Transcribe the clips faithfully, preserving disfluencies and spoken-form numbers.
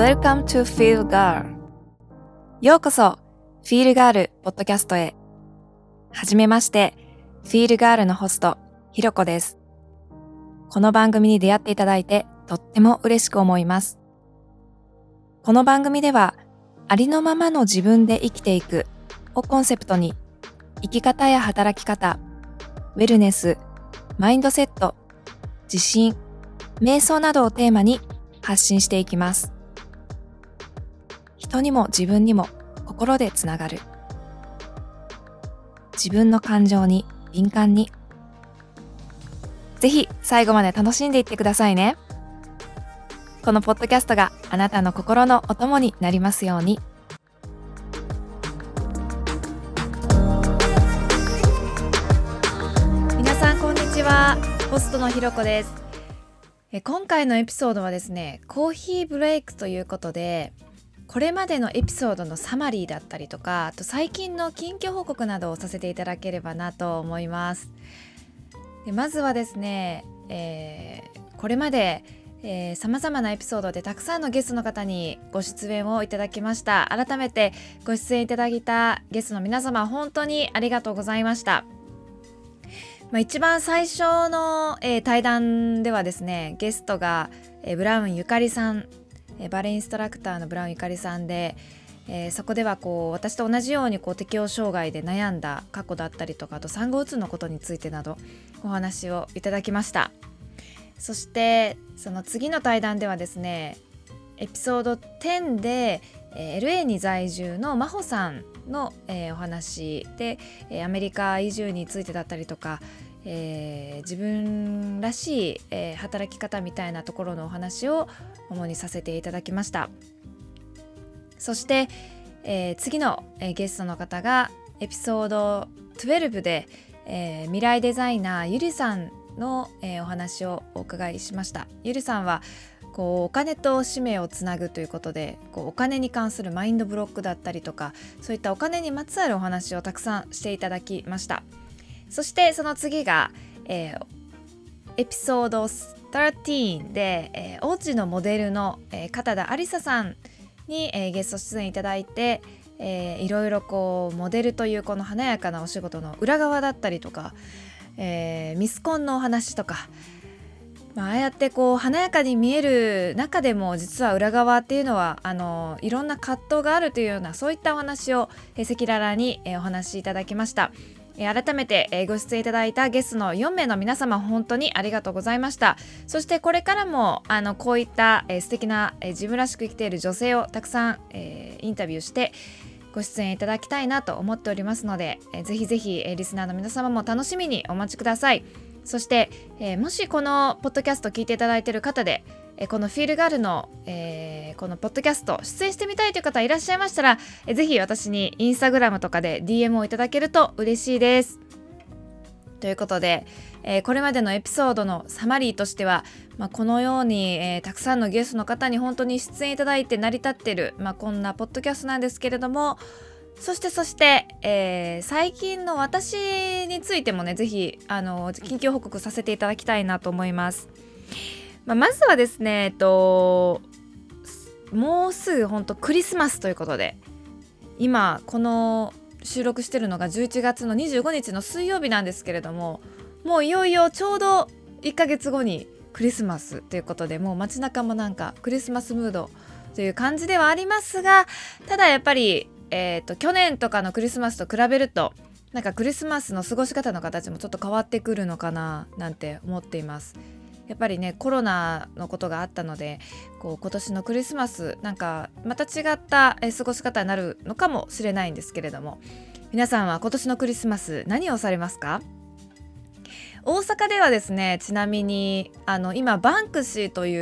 Welcome to Feel Girl ようこそ Feel Girl ポッドキャストへ。はじめまして、Feel Girl のホストひろこです。この番組に出会っていただいてとっても嬉しく思います。この番組ではありのままの自分で生きていくをコンセプトに、生き方や働き方、ウェルネス、マインドセット、自信、瞑想などをテーマに発信していきます。人にも自分にも心でつながる。自分の感情に敏感に。ぜひ最後まで楽しんでいってくださいね。このポッドキャストがあなたの心のお供になりますように。皆さんこんにちは。ホストのひろこです。え今回のエピソードはですね、コーヒーブレイクということで、これまでのエピソードのサマリーだったりとか、あと最近の近況報告などをさせていただければなと思います。でまずはですね、えー、これまでさまざまなエピソードでたくさんのゲストの方にご出演をいただきました。改めてご出演いただいたゲストの皆様、本当にありがとうございました。まあ、一番最初の、えー、対談ではですね、ゲストが、えー、ブラウンゆかりさん、えー、バレエインストラクターのブラウンゆかりさんで、えー、そこではこう私と同じようにこう適応障害で悩んだ過去だったりとか、あと産後うつのことについてなどお話をいただきました。そしてその次の対談ではですね、エピソードじゅうで、えー、エルエー に在住の真帆さんの、えー、お話で、えー、アメリカ移住についてだったりとか、えー、自分らしい、えー、働き方みたいなところのお話を主にさせていただきました。そして、えー、次の、えー、ゲストの方がエピソードじゅうにで、えー、未来デザイナーゆりさんの、えー、お話をお伺いしました。ゆりさんはこうお金と使命をつなぐということで、こうお金に関するマインドブロックだったりとか、そういったお金にまつわるお話をたくさんしていただきました。そしてその次が、えー、エピソードじゅうさんで、えー、王子のモデルの、えー、片田ありささんに、えー、ゲスト出演いただいて、えー、いろいろこうモデルというこの華やかなお仕事の裏側だったりとか、えー、ミスコンのお話とか、まあ、ああやってこう華やかに見える中でも実は裏側っていうのはあのいろんな葛藤があるというような、そういったお話を赤裸々に、えー、お話しいただきました。改めてご出演いただいたゲストのよんめいの皆様、本当にありがとうございました。そしてこれからもあのこういった素敵な自分らしく生きている女性をたくさん、えー、インタビューしてご出演いただきたいなと思っておりますので、えー、ぜひぜひリスナーの皆様も楽しみにお待ちください。そして、えー、もしこのポッドキャスト聞いていただいている方で、えー、このフィールガールの、えー、このポッドキャスト出演してみたいという方いらっしゃいましたら、えー、ぜひ私にインスタグラムとかで ディーエム をいただけると嬉しいです。ということで、えー、これまでのエピソードのサマリーとしては、まあ、このように、えー、たくさんのゲストの方に本当に出演いただいて成り立っている、まあ、こんなポッドキャストなんですけれども、そしてそして、えー、最近の私についてもね、ぜひあの近況報告させていただきたいなと思います。まあ、まずはですね、えっと、もうすぐ本当クリスマスということで、今この収録してるのがじゅういちがつのにじゅうごにちの水曜日なんですけれども、もういよいよちょうどいっかげつごにクリスマスということで、もう街中もなんかクリスマスムードという感じではありますが、ただやっぱりえーと、去年とかのクリスマスと比べると、なんかクリスマスの過ごし方の形もちょっと変わってくるのかななんて思っています。やっぱりね、コロナのことがあったので、こう今年のクリスマスなんかまた違った、えー、過ごし方になるのかもしれないんですけれども、皆さんは今年のクリスマス何をされますか？大阪ではですね、ちなみにあの今バンクシーという、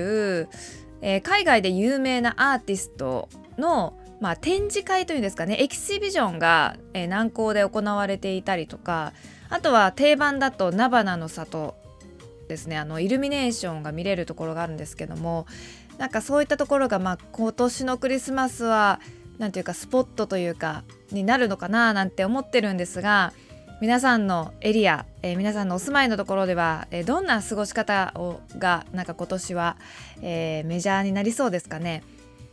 えー、海外で有名なアーティストのまあ、展示会というんですかね、エキシビジョンが、えー、南港で行われていたりとか、あとは定番だと菜花の里ですね、あのイルミネーションが見れるところがあるんですけども、なんかそういったところが、まあ、今年のクリスマスはなんていうかスポットというかになるのかななんて思ってるんですが、皆さんのエリア、えー、皆さんのお住まいのところでは、えー、どんな過ごし方をがなんか今年は、えー、メジャーになりそうですかね。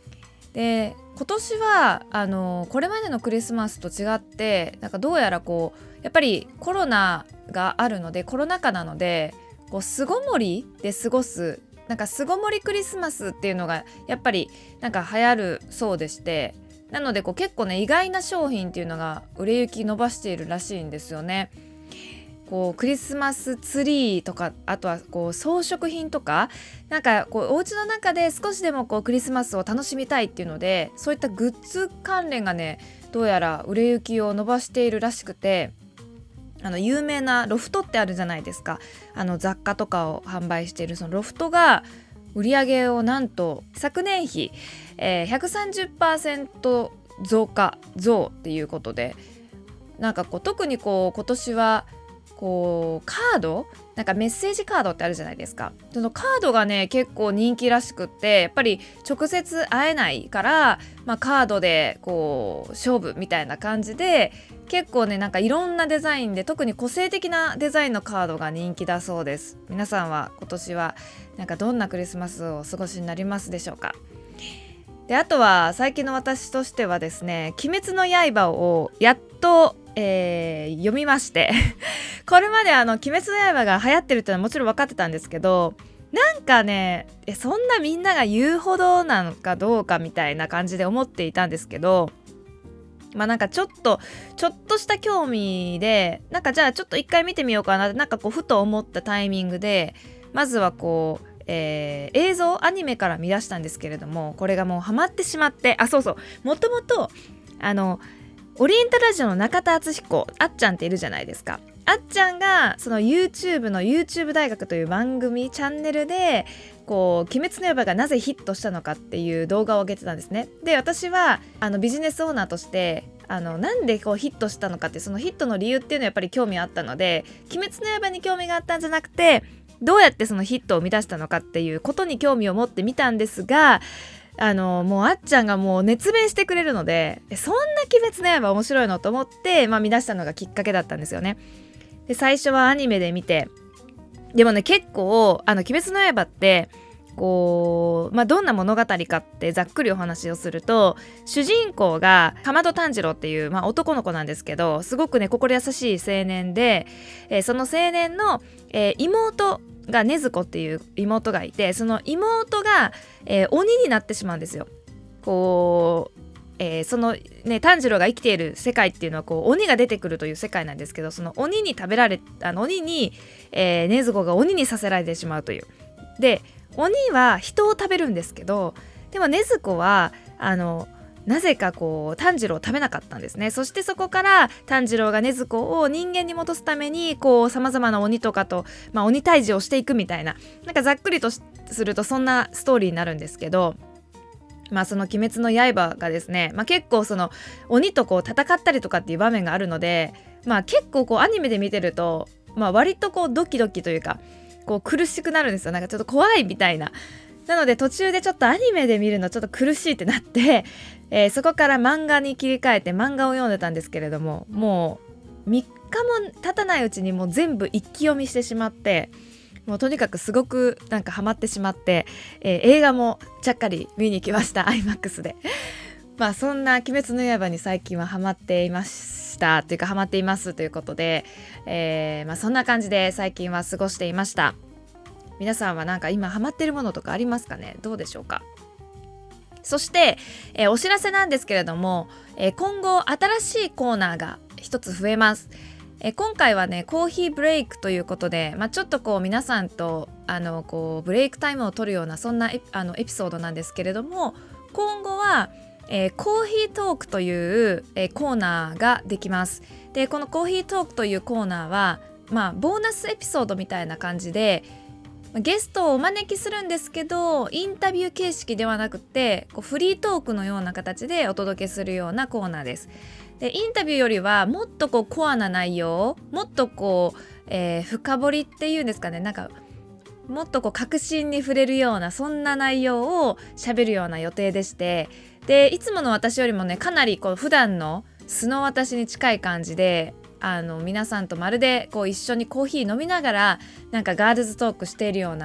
で今年はあのこれまでのクリスマスと違ってなんかどうやらこうやっぱりコロナがあるのでコロナ禍なのでこう巣ごもりで過ごすなんか巣ごもりクリスマスっていうのがやっぱりなんか流行るそうでして、なのでこう結構ね意外な商品っていうのが売れ行き伸ばしているらしいんですよね。こうクリスマスツリーとかあとはこう装飾品とかなんかこうお家の中で少しでもこうクリスマスを楽しみたいっていうのでそういったグッズ関連がねどうやら売れ行きを伸ばしているらしくて、あの有名なロフトってあるじゃないですか。あの雑貨とかを販売しているそのロフトが売り上げをなんと昨年比、えー、ひゃくさんじゅっパーセント 増加増っていうことで、なんかこう特にこう今年はこうカードなんかメッセージカードってあるじゃないですか。そのカードがね結構人気らしくって、やっぱり直接会えないから、まあ、カードでこう勝負みたいな感じで結構ねなんかいろんなデザインで特に個性的なデザインのカードが人気だそうです。皆さんは今年はなんかどんなクリスマスをお過ごしになりますでしょうか。であとは最近の私としてはですね、鬼滅の刃をやっとえー、読みましてこれまであの鬼滅の刃が流行ってるってのはもちろん分かってたんですけど、なんかねえそんなみんなが言うほどなのかどうかみたいな感じで思っていたんですけど、まあなんかちょっとちょっとした興味でなんかじゃあちょっと一回見てみようかなってなんかこうふと思ったタイミングでまずはこうえー、映像アニメから見出したんですけれども、これがもうハマってしまって、あそうそうもともとあのオリエンタルラジオの中田敦彦あっちゃんっているじゃないですか。あっちゃんがその YouTube の YouTube 大学という番組チャンネルでこう鬼滅の刃がなぜヒットしたのかっていう動画を上げてたんですね。で私はあのビジネスオーナーとしてあのなんでこうヒットしたのかってそのヒットの理由っていうのはやっぱり興味あったので、鬼滅の刃に興味があったんじゃなくてどうやってそのヒットを生み出したのかっていうことに興味を持ってみたんですが、あのもうあっちゃんがもう熱弁してくれるのでそんな鬼滅の刃面白いのと思って、まあ、見出したのがきっかけだったんですよね。で最初はアニメで見て、でもね結構あの鬼滅の刃ってこう、まあ、どんな物語かってざっくりお話をすると、主人公が竈門炭治郎っていう、まあ、男の子なんですけど、すごくね心優しい青年で、えー、その青年の、えー、妹が禰豆子っていう妹がいて、その妹が、えー、鬼になってしまうんですよ。こう、えー、そのね炭治郎が生きている世界っていうのはこう鬼が出てくるという世界なんですけど、その鬼に食べられあの鬼に、えー、禰豆子が鬼にさせられてしまうという。で鬼は人を食べるんですけど、でも禰豆子はあのなぜかこう炭治郎を食べなかったんですね。そしてそこから炭治郎が禰豆子を人間に戻すためにこう様々な鬼とかと、まあ、鬼退治をしていくみたいな、なんかざっくりとするとそんなストーリーになるんですけど、まあその鬼滅の刃がですね、まあ、結構その鬼とこう戦ったりとかっていう場面があるので、まあ結構こうアニメで見てると、まあ、割とこうドキドキというかこう苦しくなるんですよ。なんかちょっと怖いみたいな。なので途中でちょっとアニメで見るのちょっと苦しいってなって、えー、そこから漫画に切り替えて漫画を読んでたんですけれども、もうみっかも経たないうちにもう全部一気読みしてしまって、もうとにかくすごくなんかハマってしまって、えー、映画もちゃっかり見に来ました。 アイマックス で。まあそんな鬼滅の刃に最近はハマっていましたというかハマっていますということで、えーまあ、そんな感じで最近は過ごしていました。皆さんはなんか今ハマってるものとかありますかね。どうでしょうか。そして、えー、お知らせなんですけれども、えー、今後新しいコーナーが一つ増えます。えー、今回はねコーヒーブレイクということで、まあ、ちょっとこう皆さんとあのこうブレイクタイムを取るようなそんなエあのエピソードなんですけれども、今後は、えー、コーヒートークという、えー、コーナーができます。でこのコーヒートークというコーナーは、まあ、ボーナスエピソードみたいな感じでゲストをお招きするんですけど、インタビュー形式ではなくてこうフリートークのような形でお届けするようなコーナーです。でインタビューよりはもっとこうコアな内容、もっとこう、えー、深掘りっていうんですかね、なんかもっとこう確信に触れるようなそんな内容を喋るような予定でして、でいつもの私よりもねかなりこう普段の素の私に近い感じで、あの皆さんとまるでこう一緒にコーヒー飲みながらなんかガールズトークしているような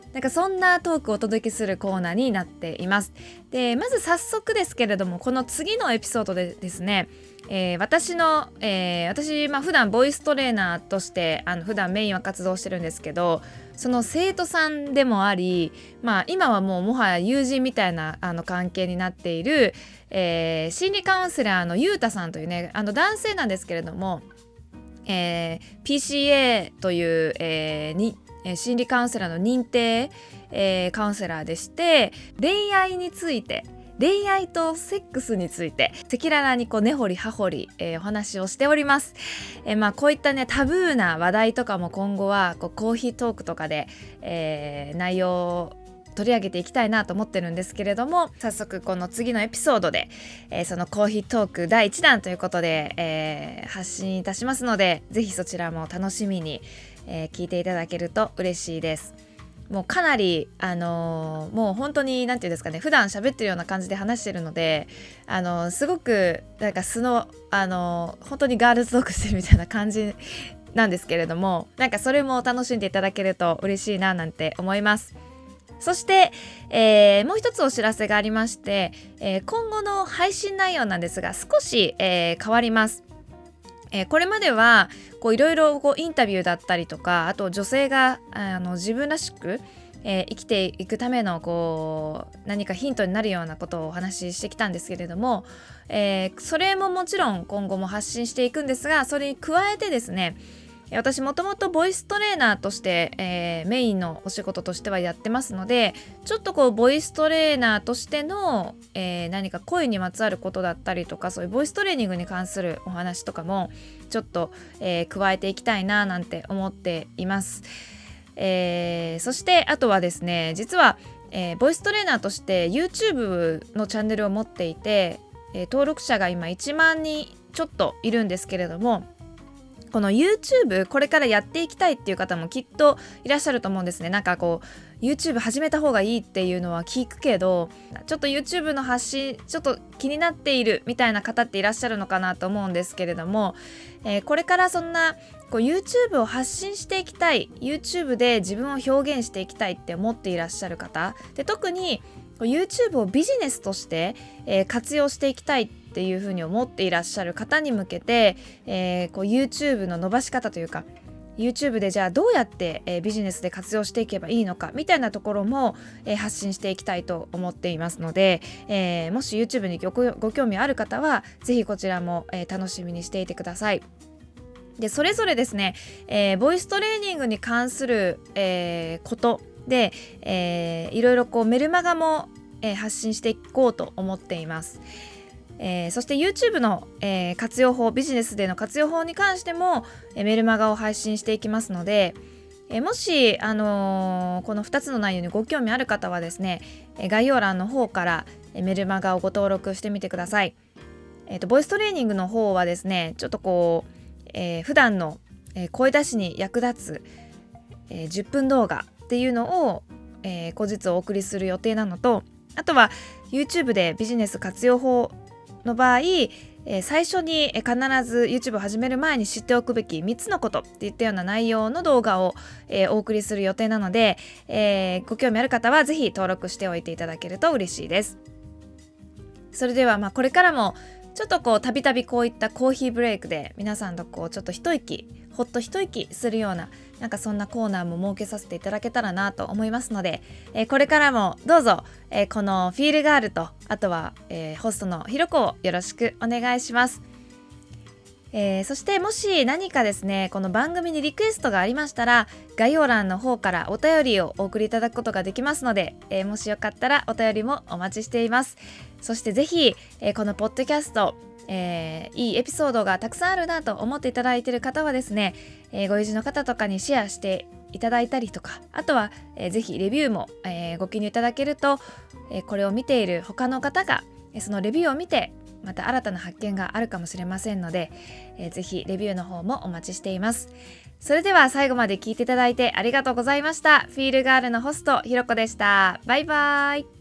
なんかそんなトークをお届けするコーナーになっています。でまず早速ですけれども、この次のエピソードでですね、えー、私の、えー、私、まあ、普段ボイストレーナーとしてあの普段メインは活動してるんですけど、その生徒さんでもあり、まあ、今はもうもはや友人みたいなあの関係になっている、えー、心理カウンセラーのゆうたさんというね、あの男性なんですけれども、えー、ピーシーエー という、えー、に心理カウンセラーの認定、えー、カウンセラーでして、恋愛について恋愛とセックスについて赤裸々にこう根掘り葉掘り、えー、お話をしております。えーまあ、こういったねタブーな話題とかも今後はこうコーヒートークとかで、えー、内容を取り上げていきたいなと思ってるんですけれども、早速この次のエピソードで、えー、そのコーヒートークだいいちだんということで、えー、発信いたしますので、ぜひそちらも楽しみに、えー、聞いていただけると嬉しいです。もうかなりあのー、もう本当になんていうんですかね、普段喋ってるような感じで話してるので、あのー、すごくなんか素のあのー、本当にガールズトークしてるみたいな感じなんですけれども、なんかそれも楽しんでいただけると嬉しいななんて思います。そして、えー、もう一つお知らせがありまして、えー、今後の配信内容なんですが少し、えー、変わります。えー、これまではこういろいろこうインタビューだったりとか、あと女性があの自分らしく、えー、生きていくためのこう何かヒントになるようなことをお話ししてきたんですけれども、えー、それももちろん今後も発信していくんですが、それに加えてですね、私もともとボイストレーナーとして、えー、メインのお仕事としてはやってますので、ちょっとこうボイストレーナーとしての、えー、何か声にまつわることだったりとか、そういうボイストレーニングに関するお話とかもちょっと、えー、加えていきたいななんて思っています。えー、そしてあとはですね、実は、えー、ボイストレーナーとして YouTube のチャンネルを持っていて、えー、登録者が今いちまんにんちょっといるんですけれども、この YouTube これからやっていきたいっていう方もきっといらっしゃると思うんですね。なんかこう YouTube 始めた方がいいっていうのは聞くけど、ちょっと YouTube の発信ちょっと気になっているみたいな方っていらっしゃるのかなと思うんですけれども、えー、これからそんなこう YouTube を発信していきたい、 YouTube で自分を表現していきたいって思っていらっしゃる方で、特に YouTube をビジネスとして、えー、活用していきたいっていうふうに思っていらっしゃる方に向けて、えー、こう YouTube の伸ばし方というか、 YouTube でじゃあどうやって、えー、ビジネスで活用していけばいいのかみたいなところも、えー、発信していきたいと思っていますので、えー、もし YouTube に ご, ご興味ある方はぜひこちらも、えー、楽しみにしていてください。でそれぞれですね、えー、ボイストレーニングに関する、えー、ことで、えー、いろいろこうメルマガも、えー、発信していこうと思っています。えー、そして YouTube の、えー、活用法、ビジネスでの活用法に関しても、えー、メルマガを配信していきますので、えー、もし、あのー、このふたつの内容にご興味ある方はですね、えー、概要欄の方から、えー、メルマガをご登録してみてください。えーと、ボイストレーニングの方はですね、ちょっとこう、えー、普段の、えー、声出しに役立つ、えー、じゅっぷん動画っていうのを、えー、後日お送りする予定なのと、あとは YouTube でビジネス活用法の場合、えー、最初に必ず YouTube を始める前に知っておくべきみっつのことっていったような内容の動画を、えー、お送りする予定なので、えー、ご興味ある方はぜひ登録しておいていただけると嬉しいです。それではまあこれからもちょっとこうたびたびこういったコーヒーブレイクで皆さんとこうちょっと一息ほっと一息するような、なんかそんなコーナーも設けさせていただけたらなと思いますので、えー、これからもどうぞ、えー、このフィールガールと、あとは、えー、ホストのひろこをよろしくお願いします。えー、そしてもし何かですね、この番組にリクエストがありましたら、概要欄の方からお便りをお送りいただくことができますので、えー、もしよかったらお便りもお待ちしています。そしてぜひ、えー、このポッドキャスト、えー、いいエピソードがたくさんあるなと思っていただいている方はですね、えー、ご友人の方とかにシェアしていただいたりとか、あとは、えー、ぜひレビューも、えー、ご記入いただけると、えー、これを見ている他の方がそのレビューを見てまた新たな発見があるかもしれませんので、えー、ぜひレビューの方もお待ちしています。それでは最後まで聞いていただいてありがとうございました。フィールガールのホストひろこでした。バイバイ。